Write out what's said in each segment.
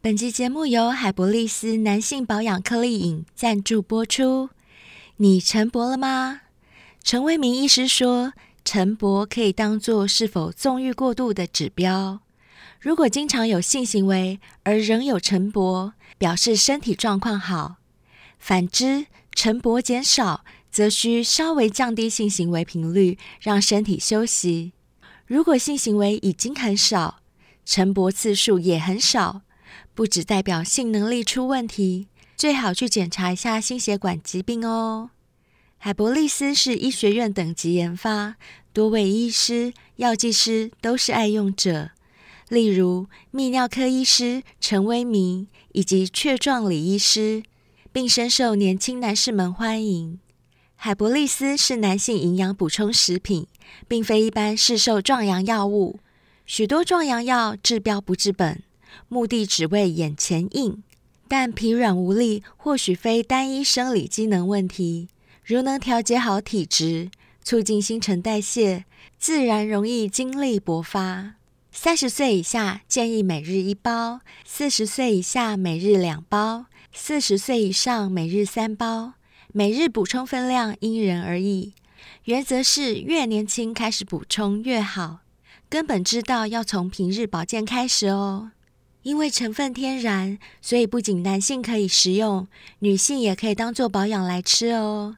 本集节目由海博利斯男性保养颗粒饮赞助播出。你晨勃了吗？陈为民医师说，晨勃可以当作是否纵欲过度的指标。如果经常有性行为而仍有晨勃，表示身体状况好。反之，晨勃减少，则需稍微降低性行为频率，让身体休息。如果性行为已经很少，晨勃次数也很少，不只代表性能力出问题，最好去检查一下心血管疾病哦。海博利斯是医学院等级研发，多位医师、药剂师都是爱用者，例如泌尿科医师陈威明以及雀状理医师，并深受年轻男士们欢迎。海博利斯是男性营养补充食品，并非一般市售壮阳药物。许多壮阳药治标不治本，目的只为眼前硬，但疲软无力或许非单一生理机能问题，如能调节好体质，促进新陈代谢，自然容易精力勃发。30岁以下建议每日1包，40岁以下每日2包，40岁以上每日3包，每日补充分量因人而异，原则是越年轻开始补充越好，根本知道要从平日保健开始哦。因为成分天然，所以不仅男性可以食用，女性也可以当作保养来吃哦。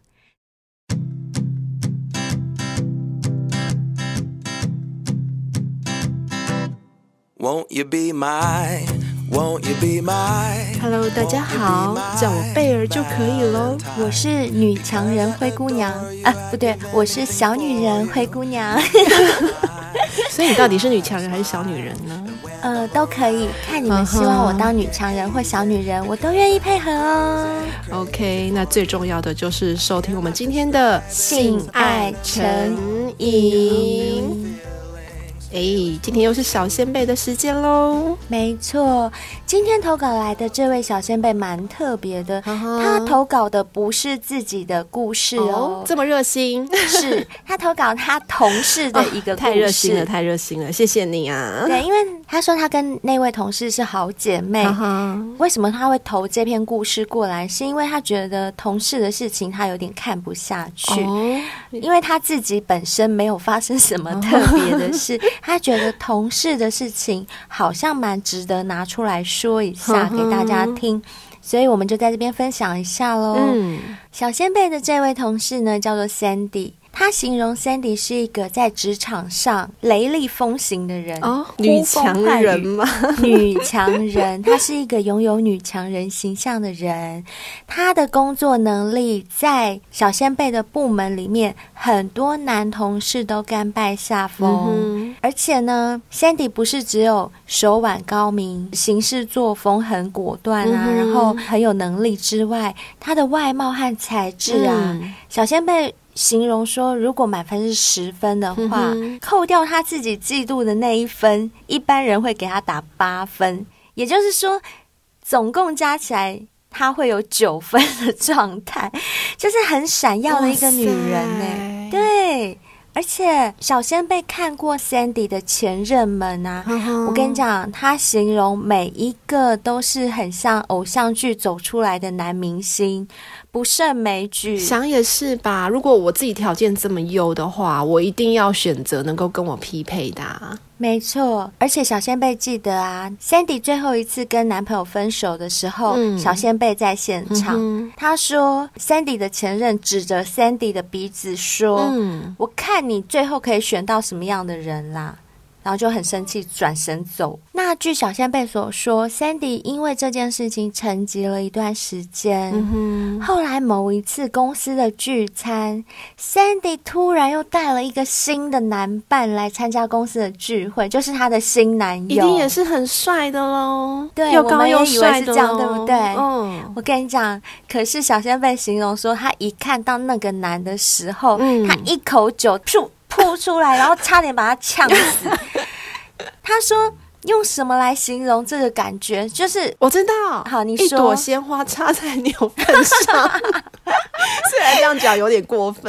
Won't you be my, won't you be my Hello， 大家好，叫我贝儿就可以咯。 我是女强人灰姑娘啊，不对，我是小女人灰姑娘。 所以你到底是女强人还是小女人呢？ 都可以，看你们希望我当女强人或小女人，我都愿意配合哦。 OK， 那最重要的就是收听我们今天的性爱成瘾。 今天又是小仙贝的时间咯。 没错，今天投稿来的这位小仙贝蛮特别的，他投稿的不是自己的故事哦， 这么热心。 是他投稿他同事的一个故事。 太热心了，太热心了，谢谢你啊。 对，因为他说他跟那位同事是好姐妹。为什么他会投这篇故事过来，是因为他觉得同事的事情他有点看不下去。因为他自己本身没有发生什么特别的事，他觉得同事的事情好像蛮值得拿出来说一下给大家听，所以我们就在这边分享一下咯。小仙贝的这位同事呢叫做 Sandy， 他形容 Sandy 是一个在职场上雷厉风行的人。 女强人吗？ 女强人，她是一个拥有女强人形象的人。她的工作能力在小仙贝的部门里面，很多男同事都甘拜下风。而且呢 Sandy 不是只有手腕高明，行事作风很果断啊，然后很有能力之外，她的外貌和才智啊，小仙贝形容说，如果满分是10分的话，扣掉他自己嫉妒的那1分，一般人会给他打8分，也就是说总共加起来他会有9分的状态，就是很闪耀的一个女人耶。对，而且小仙贝看过 Sandy 的前任们啊，我跟你讲，他形容每一个都是很像偶像剧走出来的男明星，不胜枚举。 想也是吧，如果我自己条件这么优的话，我一定要选择能够跟我匹配的啊。 没错，而且小仙贝记得啊 Sandy 最后一次跟男朋友分手的时候，小仙贝在现场。他说 Sandy 的前任指着 Sandy 的鼻子说，我看你最后可以选到什么样的人啦，然后就很生气转身走。那据小仙贝所说， Sandy 因为这件事情沉寂了一段时间。后来某一次公司的聚餐， Sandy 突然又带了一个新的男伴来参加公司的聚会，就是他的新男友， 一定也是很帅的咯。 对， 又高又帅的咯， 我们也以为是这样，对不对？我跟你讲，可是小仙贝形容说，他一看到那个男的时候，他一口酒扑出来，然后差点把他呛死。他说用什么来形容这个感觉？就是我知道， 好，你说一朵鲜花插在牛粪上。虽然这样讲有点过分，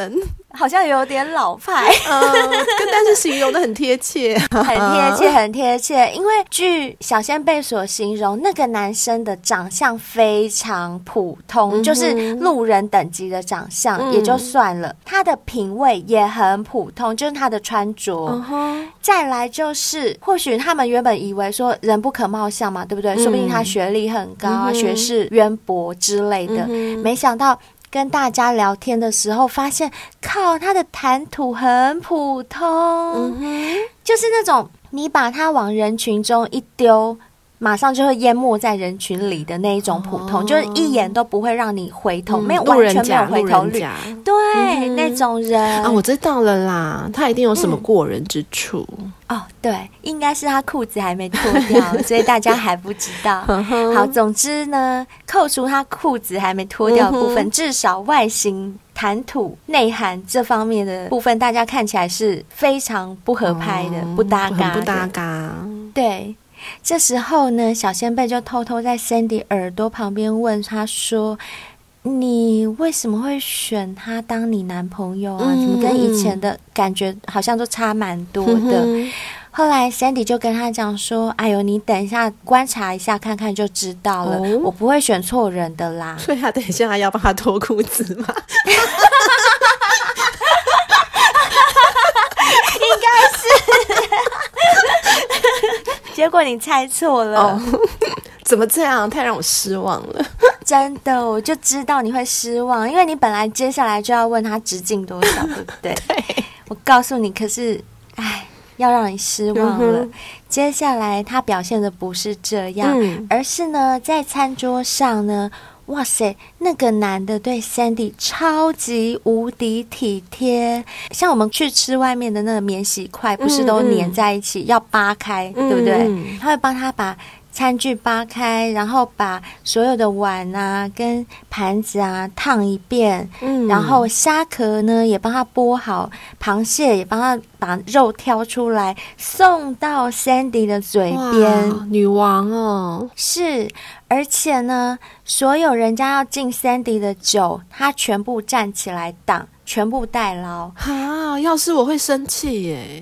好像有点老派， 但是形容的很贴切， 很贴切，很贴切。因为据小仙贝所形容，那个男生的长相非常普通，就是路人等级的长相，也就算了，他的品味也很普通，就是他的穿着。再来就是，或许他们原本以为说人不可貌相嘛，对不对？说不定他学历很高啊，学识渊博之类的，没想到。跟大家聊天的时候发现，靠，他的谈吐很普通，就是那种你把他往人群中一丢，马上就会淹没在人群里的那一种普通，就是一眼都不会让你回头，没有完全没有回头率，对，那种人啊，我知道了啦，他一定有什么过人之处。 哦，对，应该是他裤子还没脱掉，所以大家还不知道。好，总之呢，扣除他裤子还没脱掉的部分，至少外形、谈吐、内涵这方面的部分，大家看起来是非常不合拍的，不搭嘎的， 很不搭嘎。 对，这时候呢，小仙贝就偷偷在 Sandy 耳朵旁边问他说：“你为什么会选他当你男朋友啊？怎么跟以前的感觉好像都差蛮多的？”后来 Sandy 就跟他讲说：“哎呦，你等一下观察一下看看就知道了，我不会选错人的啦。” 所以他等一下要帮他脱裤子吗？ 应该是。结果你猜错了。 怎么这样？太让我失望了。 真的，我就知道你会失望，因为你本来接下来就要问他直径多少，对不对？ 对， 我告诉你，可是要让你失望了。接下来他表现的不是这样，而是呢，在餐桌上呢，哇塞，那个男的对 Sandy 超级无敌体贴，像我们去吃外面的那个免洗筷，不是都粘在一起，要扒开，对不对？他会帮他把餐具扒开，然后把所有的碗啊跟盘子啊烫一遍，然后虾壳呢也帮他剥好，螃蟹也帮他把肉挑出来，送到 Sandy 的嘴边。 女王哦， 是，而且呢，所有人家要敬 Sandy 的酒，他全部站起来挡，全部代劳。 要是我会生气耶。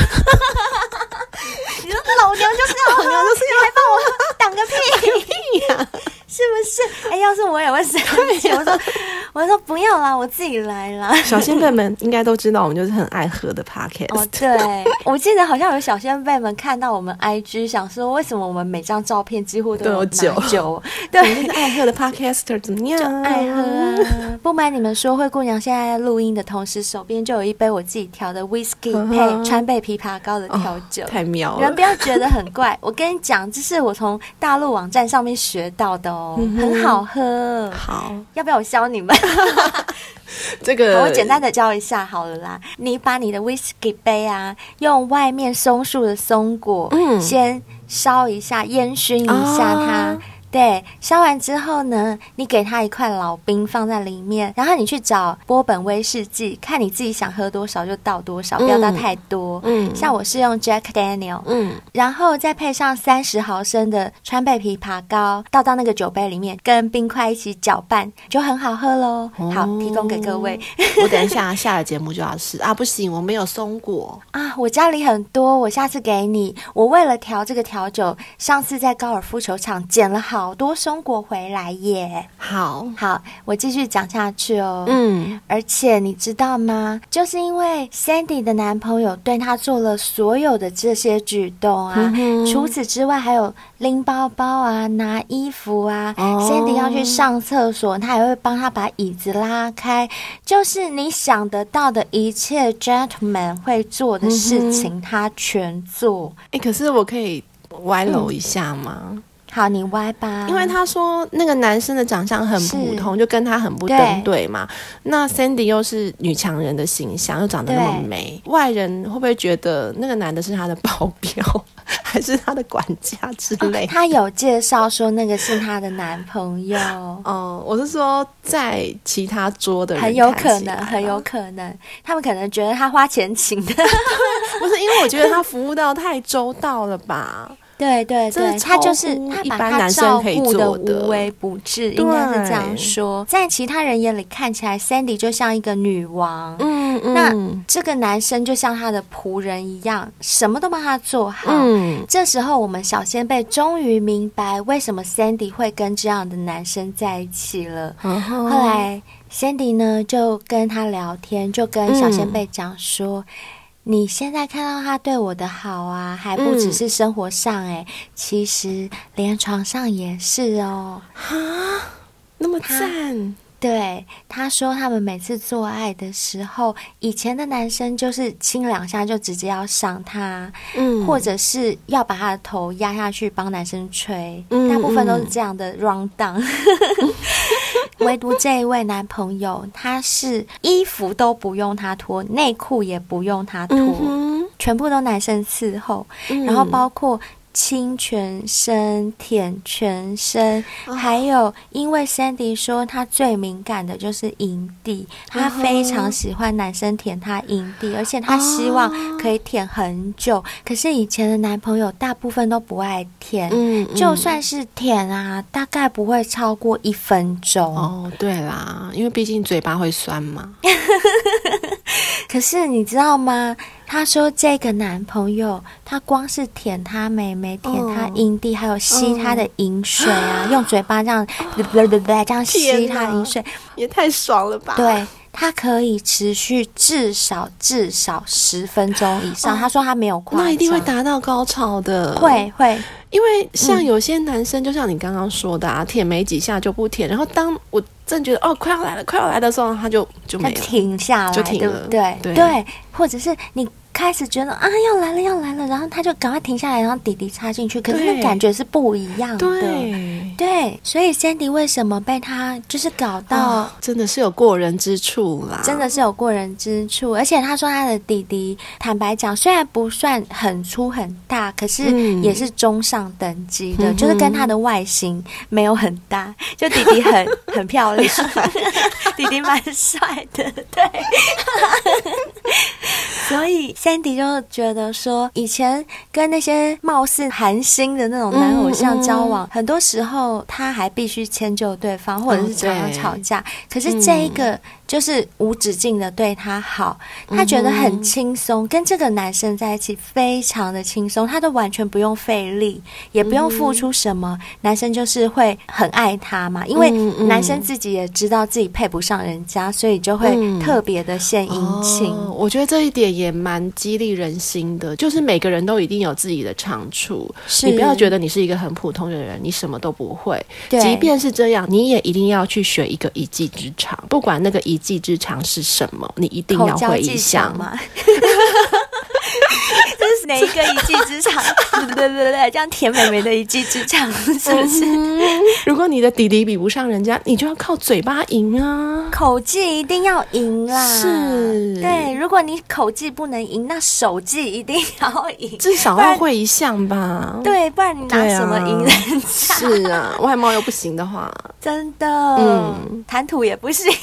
你说老娘就是要喝，你还帮我挡个屁呀？是不是？要是我也会生气。我说不要啦，我自己来啦。 小仙贝们应该都知道，我们就是很爱喝的 podcast。 对，我记得好像有小仙贝们看到我们 IG， 想说为什么我们每张照片几乎都有酒？对， 我们是爱喝的 podcaster， 怎么样？ 就爱喝啊！不瞒你们说，灰姑娘现在录音的同时，手边就有一杯我自己调的 whisky 配川贝枇杷膏的调酒， 太妙了！ 你们不要觉得很怪，我跟你讲，这是我从大陆网站上面学到的哦，很好喝。 好， 要不要我教你们？ 这个我简单的教一下好了啦。你把你的 whisky 杯啊，用外面松树的松果，先烧一下，烟熏一下它。对，烧完之后呢，你给它一块老冰放在里面，然后你去找波本威士忌，看你自己想喝多少就倒多少，不要倒太多。像我是用 Jack Daniel，然后再配上30毫升的川贝枇杷膏，倒到那个酒杯里面，跟冰块一起搅拌，就很好喝咯。好，提供给各位。 我等一下下了节目就要试啊！不行，我没有松果啊，我家里很多，我下次给你。我为了调这个调酒，上次在高尔夫球场捡了好多松果回来耶。好，我继续讲下去哦。而且你知道吗？就是因为 Sandy 的男朋友对她做了所有的这些举动啊，除此之外还有拎包包啊、拿衣服啊，Sandy 要去上厕所，他也会帮他把椅子拉开，就是你想得到的一切 gentleman 会做的事情，他全做。 可是我可以歪楼一下吗？ 好，你歪吧。因为他说那个男生的长相很普通，就跟他很不登对嘛。那 Sandy 又是女强人的形象，又长得那么美，外人会不会觉得那个男的是他的保镖，还是他的管家之类？ 他有介绍说那个是他的男朋友。 我是说在其他桌的人很有可能，很有可能，他们可能觉得他花钱请的。 不是，因为我觉得他服务到太周到了吧。 对对对，他就是他把他照顾的无微不至，应该是这样说。在其他人眼里看起来 Sandy 就像一个女王，那这个男生就像他的仆人一样，什么都帮他做好。这时候我们小仙贝终于明白为什么 Sandy 会跟这样的男生在一起了。后来 Sandy 呢就跟他聊天，就跟小仙贝讲说，你现在看到他对我的好啊，还不只是生活上其实连床上也是哦。 那么赞。 对，他说他们每次做爱的时候，以前的男生就是亲2下就直接要上他，或者是要把他的头压下去帮男生吹，大部分都是这样的 round down 唯独这一位男朋友，他是衣服都不用他脱，内裤也不用他脱，全部都男生伺候，然后包括亲全身、舔全身，还有因为 Sandy 说他最敏感的就是阴蒂，他非常喜欢男生舔他阴蒂，而且他希望可以舔很久。可是以前的男朋友大部分都不爱舔，就算是舔啊，大概不会超过1分钟。 哦，对啦，因为毕竟嘴巴会酸嘛。 可是你知道吗？他说这个男朋友他光是舔他妹妹，舔他阴蒂，还有吸他的饮水啊，用嘴巴这样这样吸他的饮水， 也太爽了吧。 对，他可以持续至少10分钟以上。他说他没有夸张， 那一定会达到高潮的。 会因为像有些男生就像你刚刚说的啊，舔没几下就不舔，然后当我真觉得快要来的时候，他就没了， 停下来， 就停了。 对，或者是你开始觉得啊要来了，然后他就赶快停下来，然后弟弟插进去，可是那感觉是不一样的。对，所以 Sandy 为什么被他就是搞到， 真的是有过人之处啦， 真的是有过人之处。而且他说他的弟弟坦白讲虽然不算很粗很大，可是也是中上等级的，就是跟他的外形没有很大，就弟弟很漂亮弟弟蛮帅的。对所以 Sandy 就觉得说，以前跟那些貌似韩星的那种男偶像交往，很多时候他还必须迁就对方，或者是常常吵架。可是这一个就是无止境的对他好，他觉得很轻松，跟这个男生在一起非常的轻松，他都完全不用费力，也不用付出什么，男生就是会很爱他嘛，因为男生自己也知道自己配不上人家，所以就会特别的献殷勤。 我觉得这一点也蛮激励人心的，就是每个人都一定有自己的长处，你不要觉得你是一个很普通的人，你什么都不会，即便是这样，你也一定要去学一个一技之长，不管那个一技之长是什么，你一定要会一项嘛。 这是哪一个一技之长？对，这样甜美美的一技之长是不是？ 如果你的弟弟比不上人家，你就要靠嘴巴赢啊， 口技一定要赢啦。 是， 对，如果你口技不能赢，那手技一定要赢， 至少要会一项吧。 对，不然你拿什么赢人家？ 是啊，外貌又不行的话， 真的，谈吐也不行。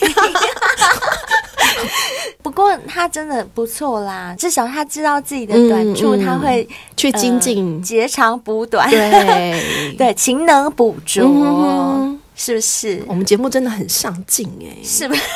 不过他真的不错啦，至少他知道自己的短处，他会去精进， 截长补短，对，勤能补拙，是不是？ 我们节目真的很上进是不是？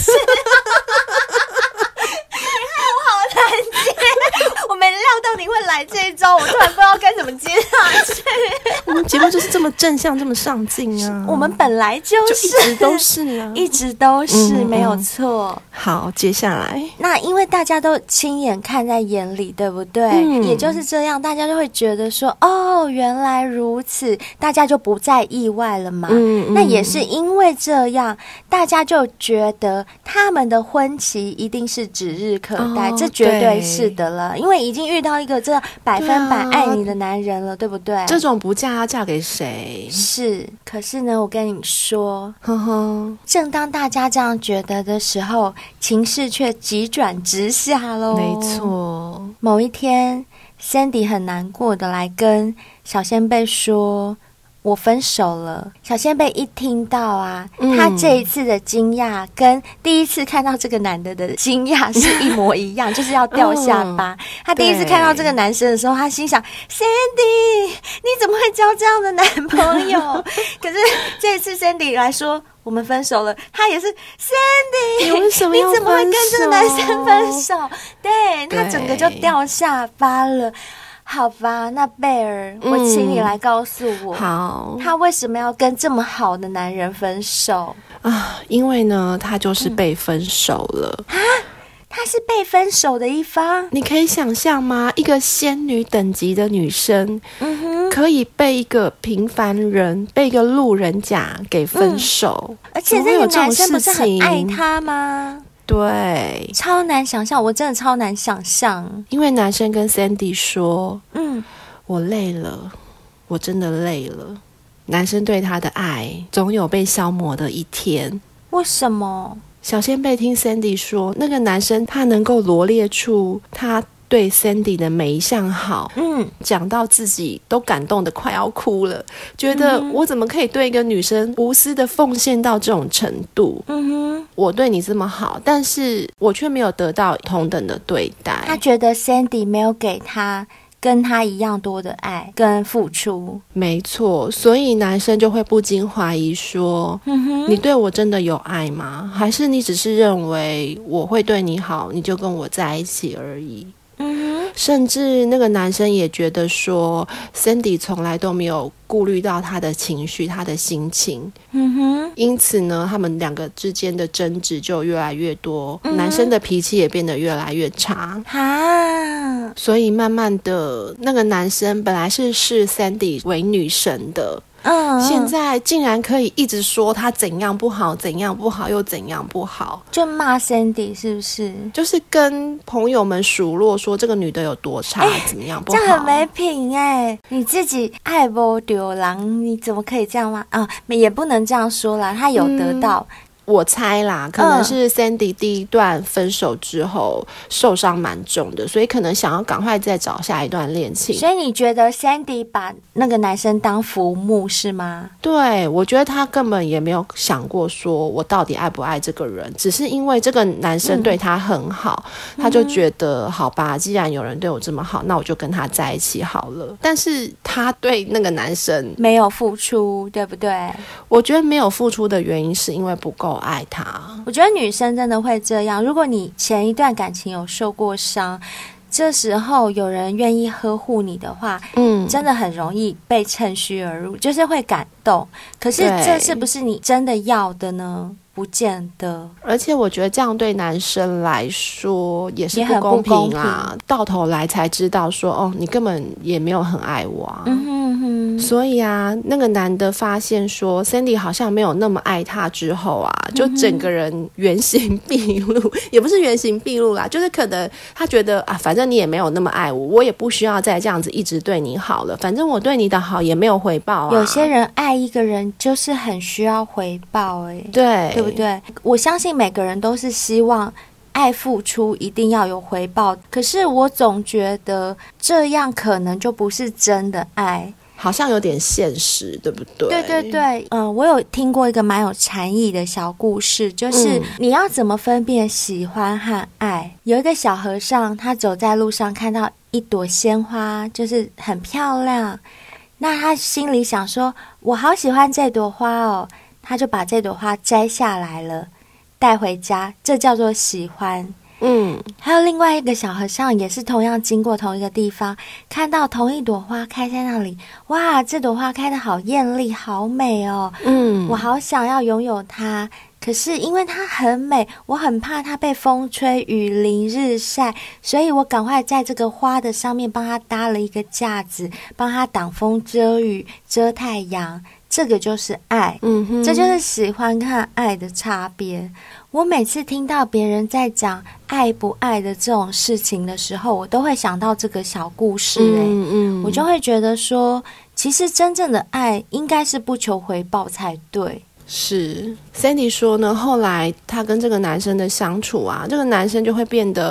我没料到你会来这一招，我突然不知道该怎么接下去。 我们节目就是这么正向，这么上进啊！ 我们本来就一直都是啊， 一直都是没有错。 好，接下来那因为大家都亲眼看在眼里，对不对？也就是这样，大家就会觉得说，哦，原来如此，大家就不再意外了嘛。那也是因为这样，大家就觉得他们的婚期一定是指日可待，这绝对是的了，因为已经遇到一个这100%爱你的男人了，对不对？ 这种不嫁要嫁给谁？ 是，可是呢，我跟你说，正当大家这样觉得的时候，情势却急转直下咯。 没错， 某一天 Sandy 很难过的来跟小仙贝说， 我分手了。小仙贝一听到啊，他这一次的惊讶跟第一次看到这个男的的惊讶是一模一样，就是要掉下巴。他第一次看到这个男生的时候，他心想 Sandy 你怎么会交这样的男朋友？可是这一次 Sandy 来说我们分手了，他也是 Sandy 你为什么要分手？ 你怎么会跟这个男生分手？对，他整个就掉下巴了。好吧，那贝尔，我请你来告诉我， 好， 他为什么要跟这么好的男人分手啊？因为呢，他就是被分手了啊。他是被分手的一方， 你可以想象吗？一个仙女等级的女生，可以被一个平凡人、被一个路人甲给分手， 而且这个男生不是很爱她吗？ 对， 超难想象，我真的超难想象。 因为男生跟 Sandy 说，我累了，我真的累了。男生对她的爱总有被消磨的一天。 为什么？ 小仙贝听 Sandy 说，那个男生他能够罗列出他对 Sandy 的每一项好，讲到自己都感动得快要哭了，觉得我怎么可以对一个女生无私的奉献到这种程度？我对你这么好，但是我却没有得到同等的对待。 他觉得 Sandy 没有给他跟他一样多的爱跟付出。 没错，所以男生就会不禁怀疑说，你对我真的有爱吗？还是你只是认为我会对你好，你就跟我在一起而已？甚至那个男生也觉得说 Sandy 从来都没有顾虑到他的情绪，他的心情，因此呢他们两个之间的争执就越来越多，男生的脾气也变得越来越差所以慢慢的那个男生本来是视 Sandy 为女神的，现在竟然可以一直说他怎样不好怎样不好又怎样不好， 就骂 Sandy 是不是？ 就是跟朋友们数落说这个女的有多差，怎么样不好， 这样很没品你自己爱不丢人，你怎么可以这样吗？也不能这样说啦，他有得到我猜啦，可能是 Sandy 第一段分手之后受伤蛮重的，所以可能想要赶快再找下一段恋情。 所以你觉得 Sandy 把那个男生当浮木是吗？ 对，我觉得他根本也没有想过说我到底爱不爱这个人，只是因为这个男生对他很好，他就觉得好吧，既然有人对我这么好，那我就跟他在一起好了。但是他对那个男生没有付出，对不对？ 我觉得没有付出的原因是因为不够爱他。 我觉得女生真的会这样，如果你前一段感情有受过伤，这时候有人愿意呵护你的话，真的很容易被趁虚而入，就是会感动。可是这是不是你真的要的呢？不见得。而且我觉得这样对男生来说也是不公平啦，到头来才知道说你根本也没有很爱我啊。所以啊，那个男的发现说 Sandy 好像没有那么爱他之后啊，就整个人原形毕露，也不是原形毕露啦，就是可能他觉得反正你也没有那么爱我，我也不需要再这样子一直对你好了，反正我对你的好也没有回报有些人爱一个人就是很需要回报对不对？我相信每个人都是希望爱付出一定要有回报，可是我总觉得这样可能就不是真的爱， 好像有点现实，对不对？ 对，我有听过一个蛮有禅意的小故事，就是你要怎么分辨喜欢和爱。有一个小和尚，他走在路上看到一朵鲜花，就是很漂亮，那他心里想说我好喜欢这朵花哦，他就把这朵花摘下来了，带回家，这叫做喜欢。还有另外一个小和尚也是同样经过同一个地方，看到同一朵花开在那里，哇，这朵花开得好艳丽，好美哦，我好想要拥有它，可是因为它很美，我很怕它被风吹雨淋日晒，所以我赶快在这个花的上面帮它搭了一个架子，帮它挡风遮雨遮太阳，这个就是爱，这就是喜欢和爱的差别。我每次听到别人在讲爱不爱的这种事情的时候，我都会想到这个小故事我就会觉得说，其实真正的爱应该是不求回报才对。 是 Sandy 说呢，后来他跟这个男生的相处啊，这个男生就会变得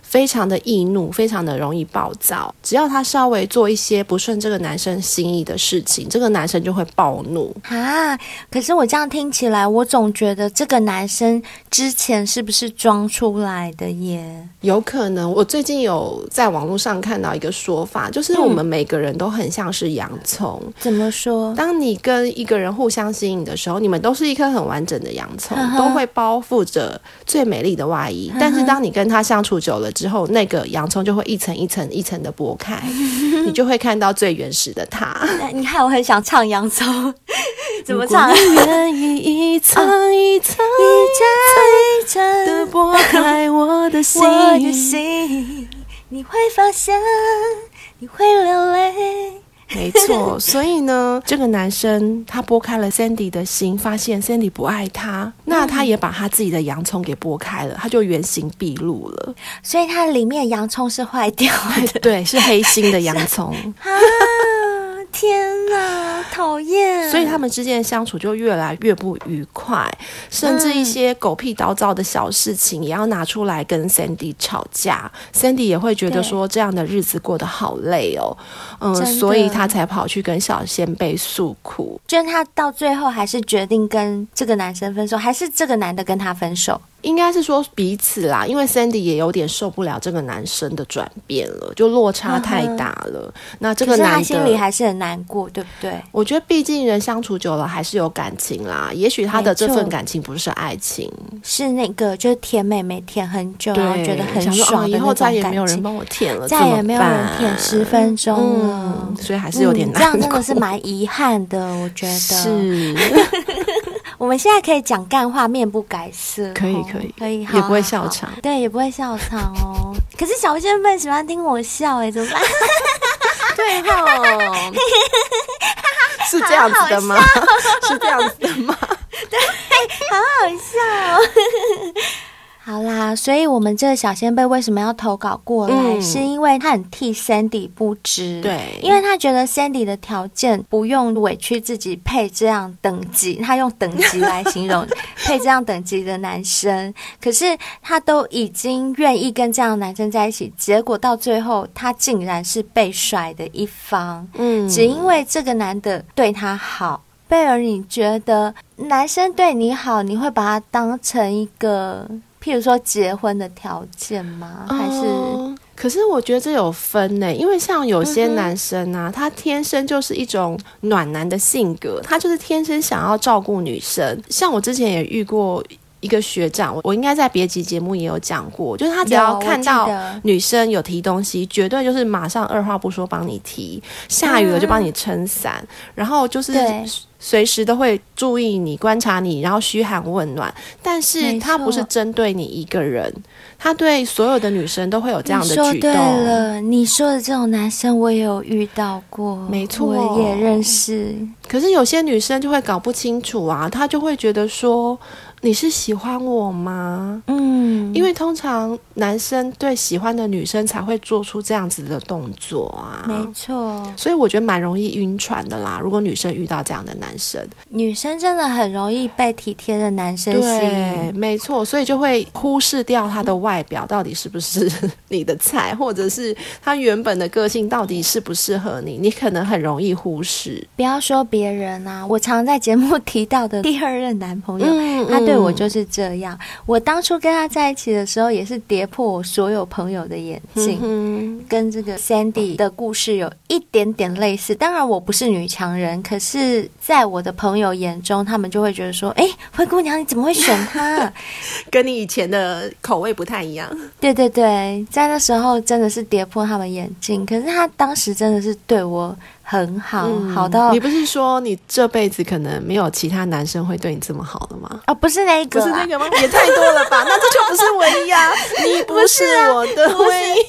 非常的易怒，非常的容易暴躁，只要他稍微做一些不顺这个男生心意的事情，这个男生就会暴怒啊。可是我这样听起来，我总觉得这个男生之前是不是装出来的耶？ 有可能。我最近有在网络上看到一个说法，就是我们每个人都很像是洋葱。 怎么说？ 当你跟一个人互相吸引的时候，你们都是一颗很完整的洋葱，都会包覆着最美丽的外衣。但是当你跟他相处久了之后，那个洋葱就会一层一层一层的剥开，你就会看到最原始的他。 你看我很想唱洋葱，怎么唱？ 如果你愿意一层一层一层的剥开我的心， 你会发现你会流泪。 没错，所以呢，这个男生他剥开了 Sandy 的心，发现 Sandy 不爱他，那他也把他自己的洋葱给剥开了，他就原形毕露了。 所以他里面洋葱是坏掉的， 对，是黑心的洋葱啊！天哪，讨厌！ 所以他们之间的相处就越来越不愉快，甚至一些狗屁倒灶的小事情也要拿出来跟 Sandy 吵架。Sandy 也会觉得说这样的日子过得好累哦，所以他才跑去跟小仙贝诉苦。 就是他到最后还是决定跟这个男生分手，还是这个男的跟他分手？ 应该是说彼此啦，因为 Sandy 也有点受不了这个男生的转变了，就落差太大了。那这个男的， 可是他心里还是很难过，对不对？ 我觉得毕竟人相处久了还是有感情啦，也许他的这份感情不是爱情， 是那个就是舔妹妹舔很久，然后觉得很爽的那种感情， 以后再也没有人帮我舔了， 再也没有人舔10分钟了， 所以还是有点难过， 这样真的是蛮遗憾的，我觉得是。 我们现在可以讲干话，面不改色， 可以， 好， 也不会笑场， 对，也不会笑场哦。可是小仙贝喜欢听我笑，怎么办？ 对吼，是这样子的吗？是这样子的吗？ 对，好好笑哦。好啦，所以我们这个小仙贝为什么要投稿过来，是因为他很替 Sandy 不知， 对， 因为他觉得 Sandy 的条件不用委屈自己配这样等级，他用等级来形容配这样等级的男生，可是他都已经愿意跟这样的男生在一起，结果到最后他竟然是被甩的一方，只因为这个男的对他好。贝尔，你觉得男生对你好，你会把他当成一个譬如说结婚的条件吗？还是可是我觉得这有分呢，因为像有些男生啊，他天生就是一种暖男的性格，他就是天生想要照顾女生。像我之前也遇过一个学长，我应该在别集节目也有讲过，就是他只要看到女生有提东西，绝对就是马上二话不说帮你提，下雨了就帮你撑伞，然后就是随时都会注意你、观察你，然后嘘寒问暖。但是他不是针对你一个人，他对所有的女生都会有这样的举动。 你说对了，你说的这种男生我也有遇到过， 没错， 我也认识。 可是有些女生就会搞不清楚啊，她就会觉得说你是喜欢我吗？因为通常男生对喜欢的女生才会做出这样子的动作啊， 没错。 所以我觉得蛮容易晕船的啦，如果女生遇到这样的男生， 女生真的很容易被体贴的男生吸引， 对，没错，所以就会忽视掉他的外表到底是不是你的菜，或者是他原本的个性到底适不适合你，你可能很容易忽视。 不要说别人啊，我常在节目提到的第2任男朋友，他对我就是这样。我当初跟他在一起的时候，也是跌破我所有朋友的眼镜，跟这个 Sandy 的故事有一点点类似。当然我不是女强人，可是在我的朋友眼中，他们就会觉得说，灰姑娘你怎么会选他？ 跟你以前的口味不太一样。 对对对，在那时候真的是跌破他们眼镜，可是他当时真的是对我很好，好到你不是说你这辈子可能没有其他男生会对你这么好的吗？ 不是那个， 不是那个吗？也太多了吧？那这就不是唯一啊！你不是我的唯一。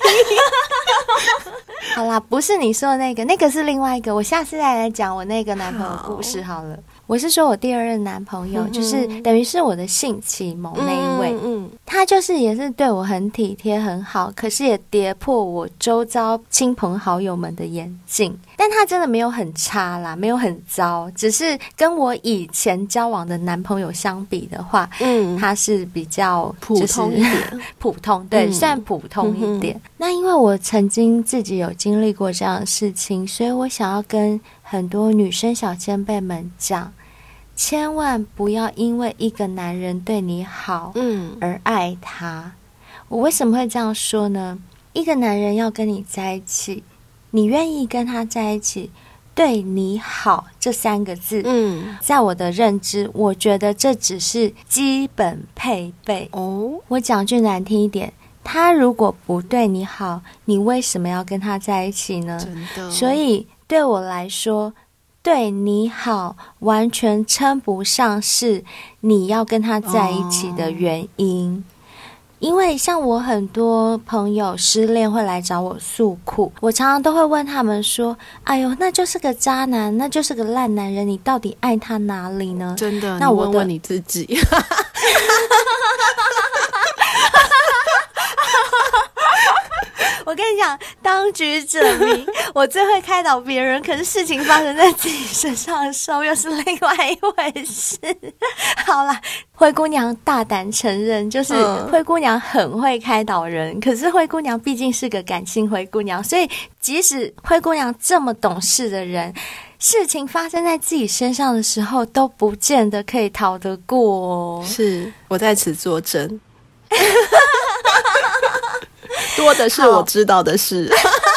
好啦，不是你说的那个，那个是另外一个。我下次再来讲我那个男朋友的故事好了。 我是说我第二任男朋友，就是等于是我的性启蒙那一位，他就是也是对我很体贴很好，可是也跌破我周遭亲朋好友们的眼镜，但他真的没有很差啦，没有很糟，只是跟我以前交往的男朋友相比的话，他是比较普通一点， 普通，对，算普通一点。那因为我曾经自己有经历过这样的事情，所以我想要跟很多女生小先辈们讲，千万不要因为一个男人对你好而爱他。我为什么会这样说呢？一个男人要跟你在一起，你愿意跟他在一起，对你好这3个字，在我的认知，我觉得这只是基本配备。我讲句难听一点，他如果不对你好，你为什么要跟他在一起呢？真的。所以对我来说，对你好完全称不上是你要跟他在一起的原因。因为像我很多朋友失恋会来找我诉苦，我常常都会问他们说，哎呦，那就是个渣男，那就是个烂男人，你到底爱他哪里呢？ 真的，那我问问你自己。 我跟你讲，当局者迷，我最会开导别人，可是事情发生在自己身上的时候又是另外一回事。好啦，灰姑娘大胆承认，就是灰姑娘很会开导人，可是灰姑娘毕竟是个感性灰姑娘，所以即使灰姑娘这么懂事的人，事情发生在自己身上的时候都不见得可以逃得过哦。 是，我在此作证。多的是我知道的事。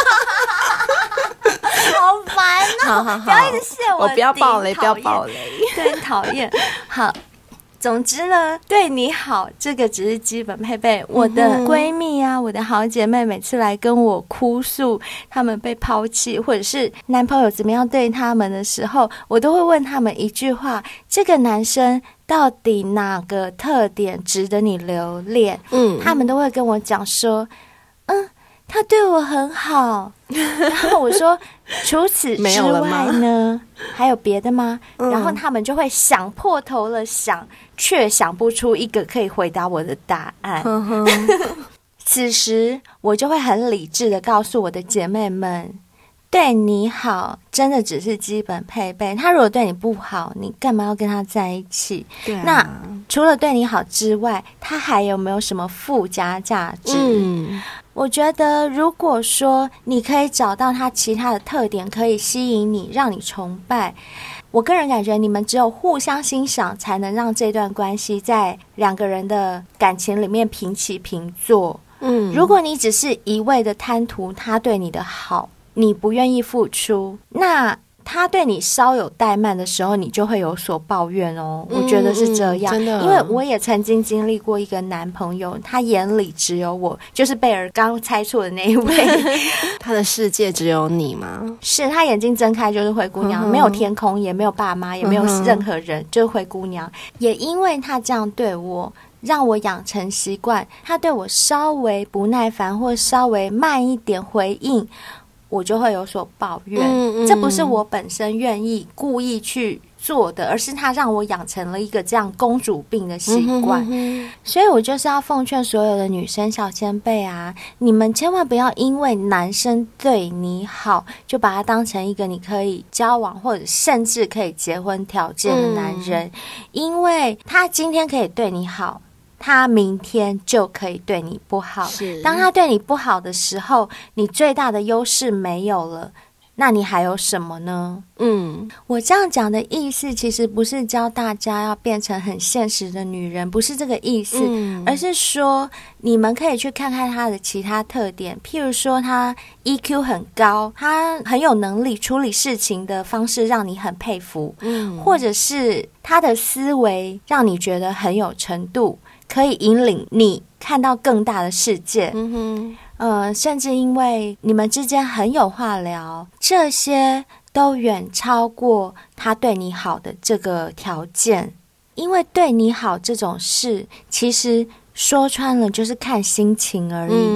好烦哦！好，不要一直泄我不要爆雷，不要爆雷， 对，讨厌。好，总之呢，对你好这个只是基本配备。我的闺蜜啊，我的好姐妹每次来跟我哭诉她们被抛弃或者是男朋友怎么样对她们的时候，我都会问她们一句话，这个男生到底哪个特点值得你留恋？他们都会跟我讲说，他对我很好。然后我说，除此之外呢，还有别的吗？然后他们就会想破头了想，却想不出一个可以回答我的答案。此时我就会很理智的告诉我的姐妹们，对你好真的只是基本配备，他如果对你不好，你干嘛要跟他在一起？对啊，那除了对你好之外，他还有没有什么附加价值？我觉得如果说你可以找到他其他的特点可以吸引你，让你崇拜，我个人感觉你们只有互相欣赏才能让这段关系在2个人的感情里面平起平坐。如果你只是一味的贪图他对你的好，你不愿意付出，那他对你稍有怠慢的时候，你就会有所抱怨哦。我觉得是这样，真的，因为我也曾经经历过一个男朋友，他眼里只有我，就是贝尔刚猜错的那一位。 他的世界只有你吗？ 是，他眼睛睁开就是灰姑娘，没有天空，也没有爸妈，也没有任何人，就是灰姑娘。也因为他这样对我，让我养成习惯，他对我稍微不耐烦或稍微慢一点回应，我就会有所抱怨。这不是我本身愿意故意去做的，而是他让我养成了一个这样公主病的习惯。所以我就是要奉劝所有的女生小先辈啊，你们千万不要因为男生对你好，就把他当成一个你可以交往或者甚至可以结婚条件的男人。因为他今天可以对你好，他明天就可以对你不好。当他对你不好的时候，你最大的优势没有了，那你还有什么呢？我这样讲的意思其实不是教大家要变成很现实的女人，不是这个意思，而是说你们可以去看看她的其他特点，譬如说她 EQ 很高，她很有能力处理事情的方式让你很佩服，或者是她的思维让你觉得很有程度，可以引领你看到更大的世界。甚至因为你们之间很有话聊，这些都远超过他对你好的这个条件。因为对你好这种事，其实说穿了就是看心情而已。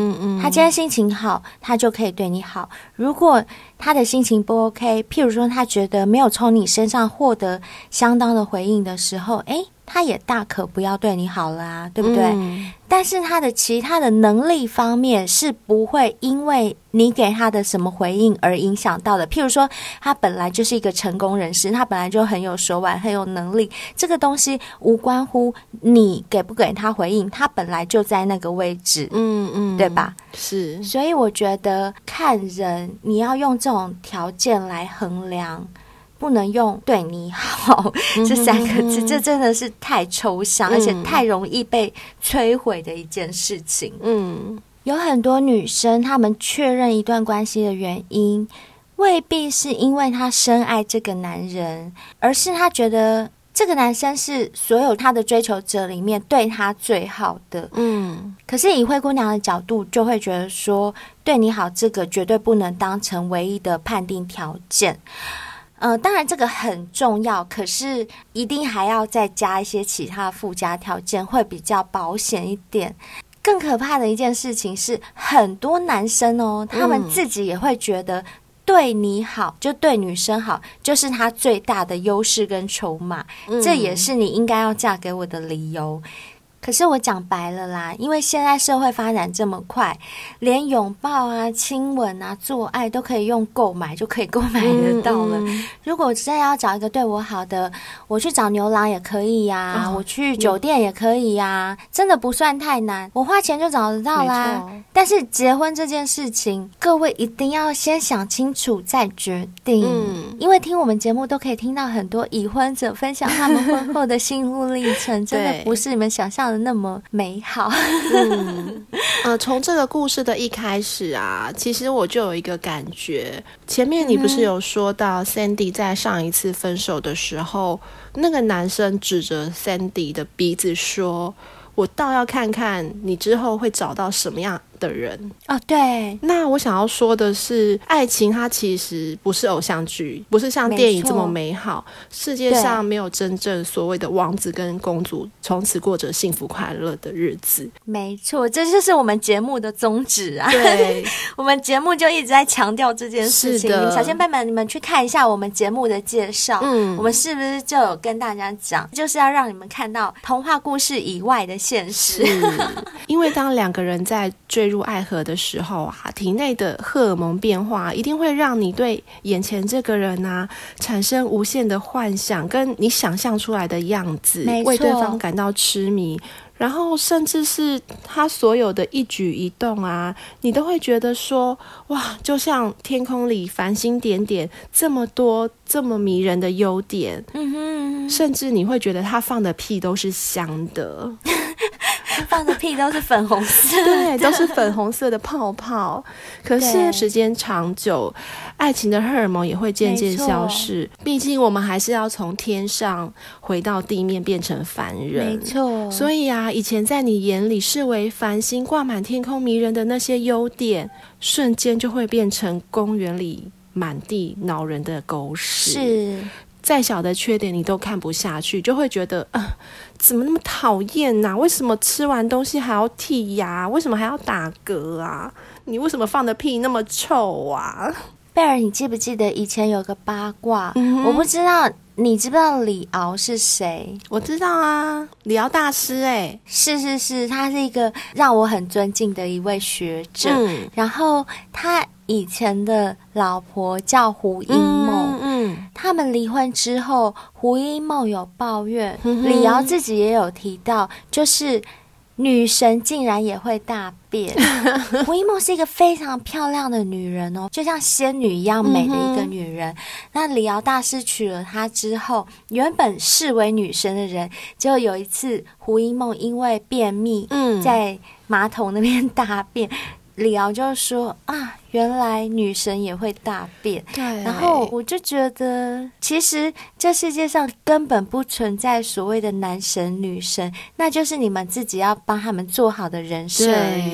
他今天心情好，他就可以对你好。如果他的心情不 OK， 譬如说他觉得没有从你身上获得相当的回应的时候，他也大可不要对你好了啊，对不对？但是他的其他的能力方面是不会因为你给他的什么回应而影响到的。譬如说他本来就是一个成功人士，他本来就很有手腕很有能力，这个东西无关乎你给不给他回应，他本来就在那个位置，对吧？ 是， 所以我觉得看人你要用这种条件来衡量，不能用对你好这三个字，这真的是太抽象，而且太容易被摧毁的一件事情。有很多女生她们确认一段关系的原因未必是因为她深爱这个男人，而是她觉得这个男生是所有她的追求者里面对她最好的。可是以灰姑娘的角度就会觉得说，对你好这个绝对不能当成唯一的判定条件。当然这个很重要，可是一定还要再加一些其他附加条件，会比较保险一点。更可怕的一件事情是，很多男生他们自己也会觉得对你好，就对女生好，就是他最大的优势跟筹码，这也是你应该要嫁给我的理由。可是我讲白了啦，因为现在社会发展这么快，连拥抱啊、亲吻啊、做爱都可以用购买就可以购买得到了。如果真的要找一个对我好的，我去找牛郎也可以呀，我去酒店也可以呀，真的不算太难，我花钱就找得到啦。但是结婚这件事情，各位一定要先想清楚再决定。因为听我们节目都可以听到很多已婚者分享他们婚后的心路历程，真的不是你们想象的那么美好。 从这个故事的一开始啊，其实我就有一个感觉，前面你不是有说到 Sandy 在上一次分手的时候，那个男生指着 Sandy 的鼻子说，我倒要看看你之后会找到什么样的人。 对。 那我想要说的是，爱情它其实不是偶像剧，不是像电影这么美好，世界上没有真正所谓的王子跟公主从此过着幸福快乐的日子。没错，这就是我们节目的宗旨啊。 对我们节目就一直在强调这件事情。小仙贝们，你们去看一下我们节目的介绍，我们是不是就有跟大家讲，就是要让你们看到童话故事以外的现实。 因为当两个人在坠入爱河的时候啊，体内的荷尔蒙变化一定会让你对眼前这个人啊产生无限的幻想，跟你想象出来的样子，为对方感到痴迷，然后甚至是他所有的一举一动啊，你都会觉得说，哇，就像天空里繁星点点，这么多这么迷人的优点，甚至你会觉得他放的屁都是香的。 放的屁都是粉红色的， 对，都是粉红色的泡泡。可是时间长久，爱情的荷尔蒙也会渐渐消逝，毕竟我们还是要从天上回到地面，变成凡人。 没错。 所以啊，以前在你眼里视为繁星挂满天空迷人的那些优点，瞬间就会变成公园里满地恼人的狗屎。 是。 再小的缺点你都看不下去，就会觉得怎么那么讨厌啊？为什么吃完东西还要剔牙？为什么还要打嗝啊？你为什么放的屁那么臭啊？ 贝尔，你记不记得以前有个八卦？我不知道你知不知道李敖是谁？ 我知道啊，李敖大师是，他是一个让我很尊敬的一位学者。然后他以前的老婆叫胡因梦，他们离婚之后，胡因梦有抱怨，李敖自己也有提到，就是女神竟然也会大便。胡因梦是一个非常漂亮的女人哦，就像仙女一样美的一个女人。那李敖大师娶了她之后，原本视为女神的人，结果有一次胡因梦因为便秘，在马桶那边大便，李敖就说啊，原来女神也会大便。 对， 然后我就觉得其实这世界上根本不存在所谓的男神女神，那就是你们自己要帮他们做好的人设而已。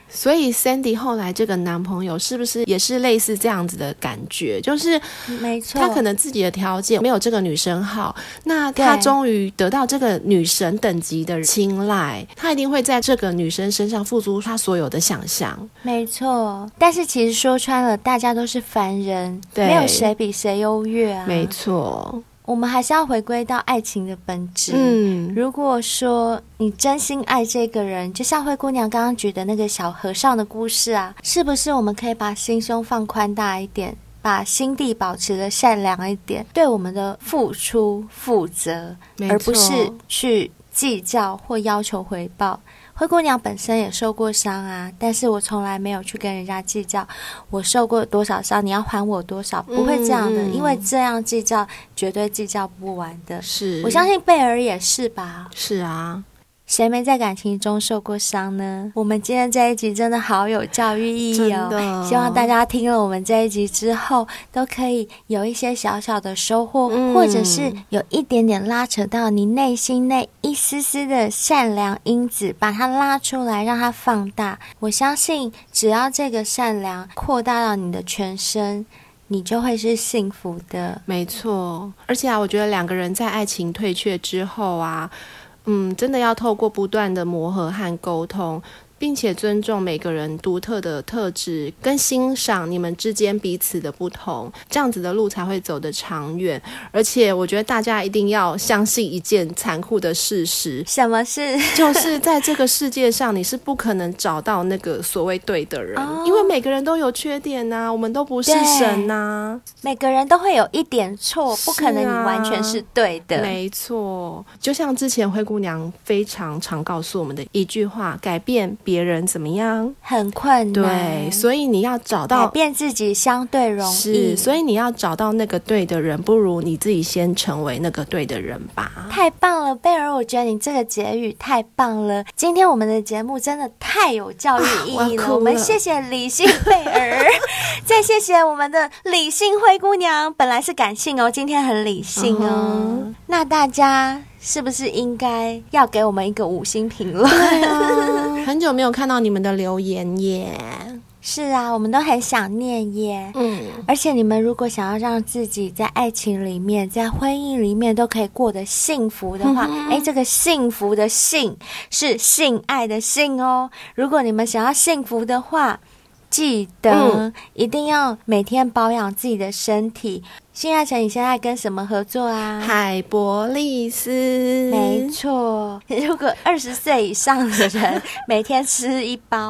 所以 Sandy 后来这个男朋友是不是也是类似这样子的感觉？就是没错， 他可能自己的条件没有这个女生好，那他终于得到这个女神等级的青睐，他一定会在这个女生身上付出他所有的想象。 没错，但是其实说穿了，大家都是凡人，没有谁比谁优越啊。 没错， 我们还是要回归到爱情的本质。如果说你真心爱这个人，就像灰姑娘刚刚举的那个小和尚的故事啊，是不是我们可以把心胸放宽大一点，把心地保持得善良一点，对我们的付出负责，而不是去计较或要求回报。灰姑娘本身也受过伤啊，但是我从来没有去跟人家计较我受过多少伤，你要还我多少，不会这样的，因为这样计较绝对计较不完的。 是， 我相信贝儿也是吧。 是啊， 谁没在感情中受过伤呢？我们今天这一集真的好有教育意义哦，希望大家听了我们这一集之后都可以有一些小小的收获，或者是有一点点拉扯到你内心内一丝丝的善良因子，把它拉出来让它放大。我相信只要这个善良扩大到你的全身，你就会是幸福的。 没错，而且啊，我觉得两个人在爱情退却之后啊，真的要透过不断的磨合和沟通，并且尊重每个人独特的特质，跟欣赏你们之间彼此的不同，这样子的路才会走得长远。而且我觉得大家一定要相信一件残酷的事实。 什么事？ 就是在这个世界上你是不可能找到那个所谓对的人，因为每个人都有缺点啊，我们都不是神啊， 每个人都会有一点错，不可能你完全是对的。 没错，就像之前灰姑娘非常常告诉我们的一句话，改变别人怎么样很困难， 对，所以你要找到改变自己相对容易， 所以你要找到那个对的人，不如你自己先成为那个对的人吧。 太棒了，贝儿，我觉得你这个结语太棒了。今天我们的节目真的太有教育意义了，我们谢谢理性贝儿再谢谢我们的理性灰姑娘，本来是感性哦，今天很理性哦。那大家是不是应该要给我们一个5星评论？ 对啊，很久没有看到你们的留言耶。 是啊，我们都很想念耶。而且你们如果想要让自己在爱情里面，在婚姻里面都可以过得幸福的话，这个幸福的幸是性爱的性哦。如果你们想要幸福的话，记得一定要每天保养自己的身体。性爱城，你现在跟什么合作啊？ 海博利斯。 没错，如果20岁以上的人每天吃1包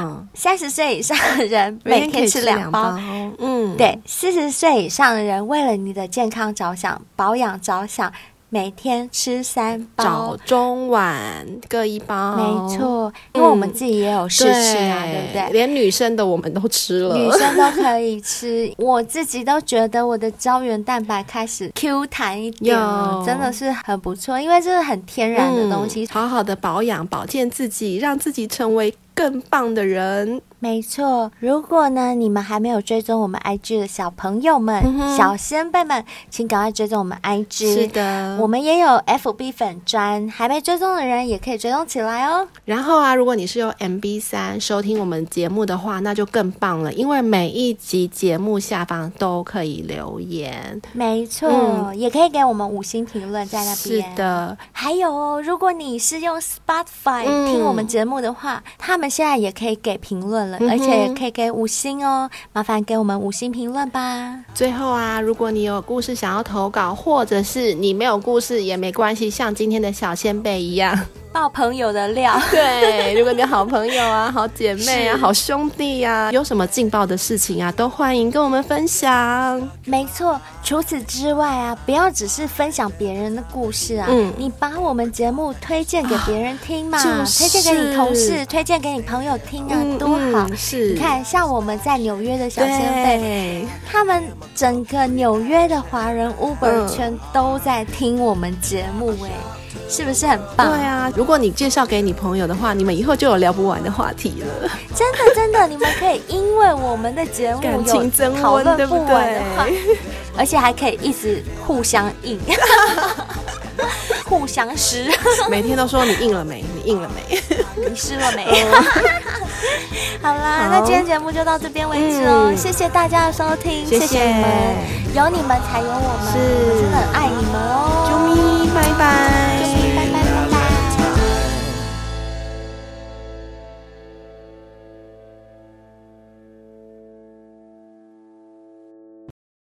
，30岁以上的人每天吃2包，对，40岁以上的人为了你的健康着想、保养着想，每天吃3包， 早中晚各1包。 没错，因为我们自己也有试吃啊，对不对？ 连女生的我们都吃了， 女生都可以吃。我自己都觉得我的胶原蛋白开始 Q 弹一点了，真的是很不错，因为这是很天然的东西。 好好的保养保健自己，让自己成为更棒的人。 没错，如果呢你们还没有追踪我们 IG 的小朋友们、小先辈们，请赶快追踪我们 IG。 是的， 我们也有 FB 粉专，还没追踪的人也可以追踪起来哦。 然后啊，如果你是用 MB3 收听我们节目的话，那就更棒了，因为每一集节目下方都可以留言。 没错，也可以给我们5星评论在那边。 是的， 还有哦，如果你是用 Spotify 听我们节目的话，他们现在也可以给评论了，而且也可以给5星哦，麻烦给我们5星评论吧。 最后啊，如果你有故事想要投稿，或者是你没有故事也没关系，像今天的小先辈一样爆朋友的料。 对，如果你有好朋友啊、好姐妹啊、好兄弟啊，有什么劲爆的事情啊，都欢迎跟我们分享。 没错，除此之外啊，不要只是分享别人的故事啊，你把我们节目推荐给别人听嘛，推荐给你同事，推荐给你朋友听啊，多好。 是， 你看，像我们在纽约的小先辈，他们整个纽约的华人 Uber 圈都在听我们节目是不是很棒？ 对啊，如果你介绍给你朋友的话，你们以后就有聊不完的话题了。 真的真的，你们可以因为我们的节目感情增温， 讨论不完的话，而且还可以一直互相应。 互相湿， 每天都说你硬了没？你硬了没？ 你湿了没？好啦，那今天节目就到这边为止哦，谢谢大家的收听，谢谢你们，有你们才有我们，我们真的很爱你们哦， 啾咪，拜拜。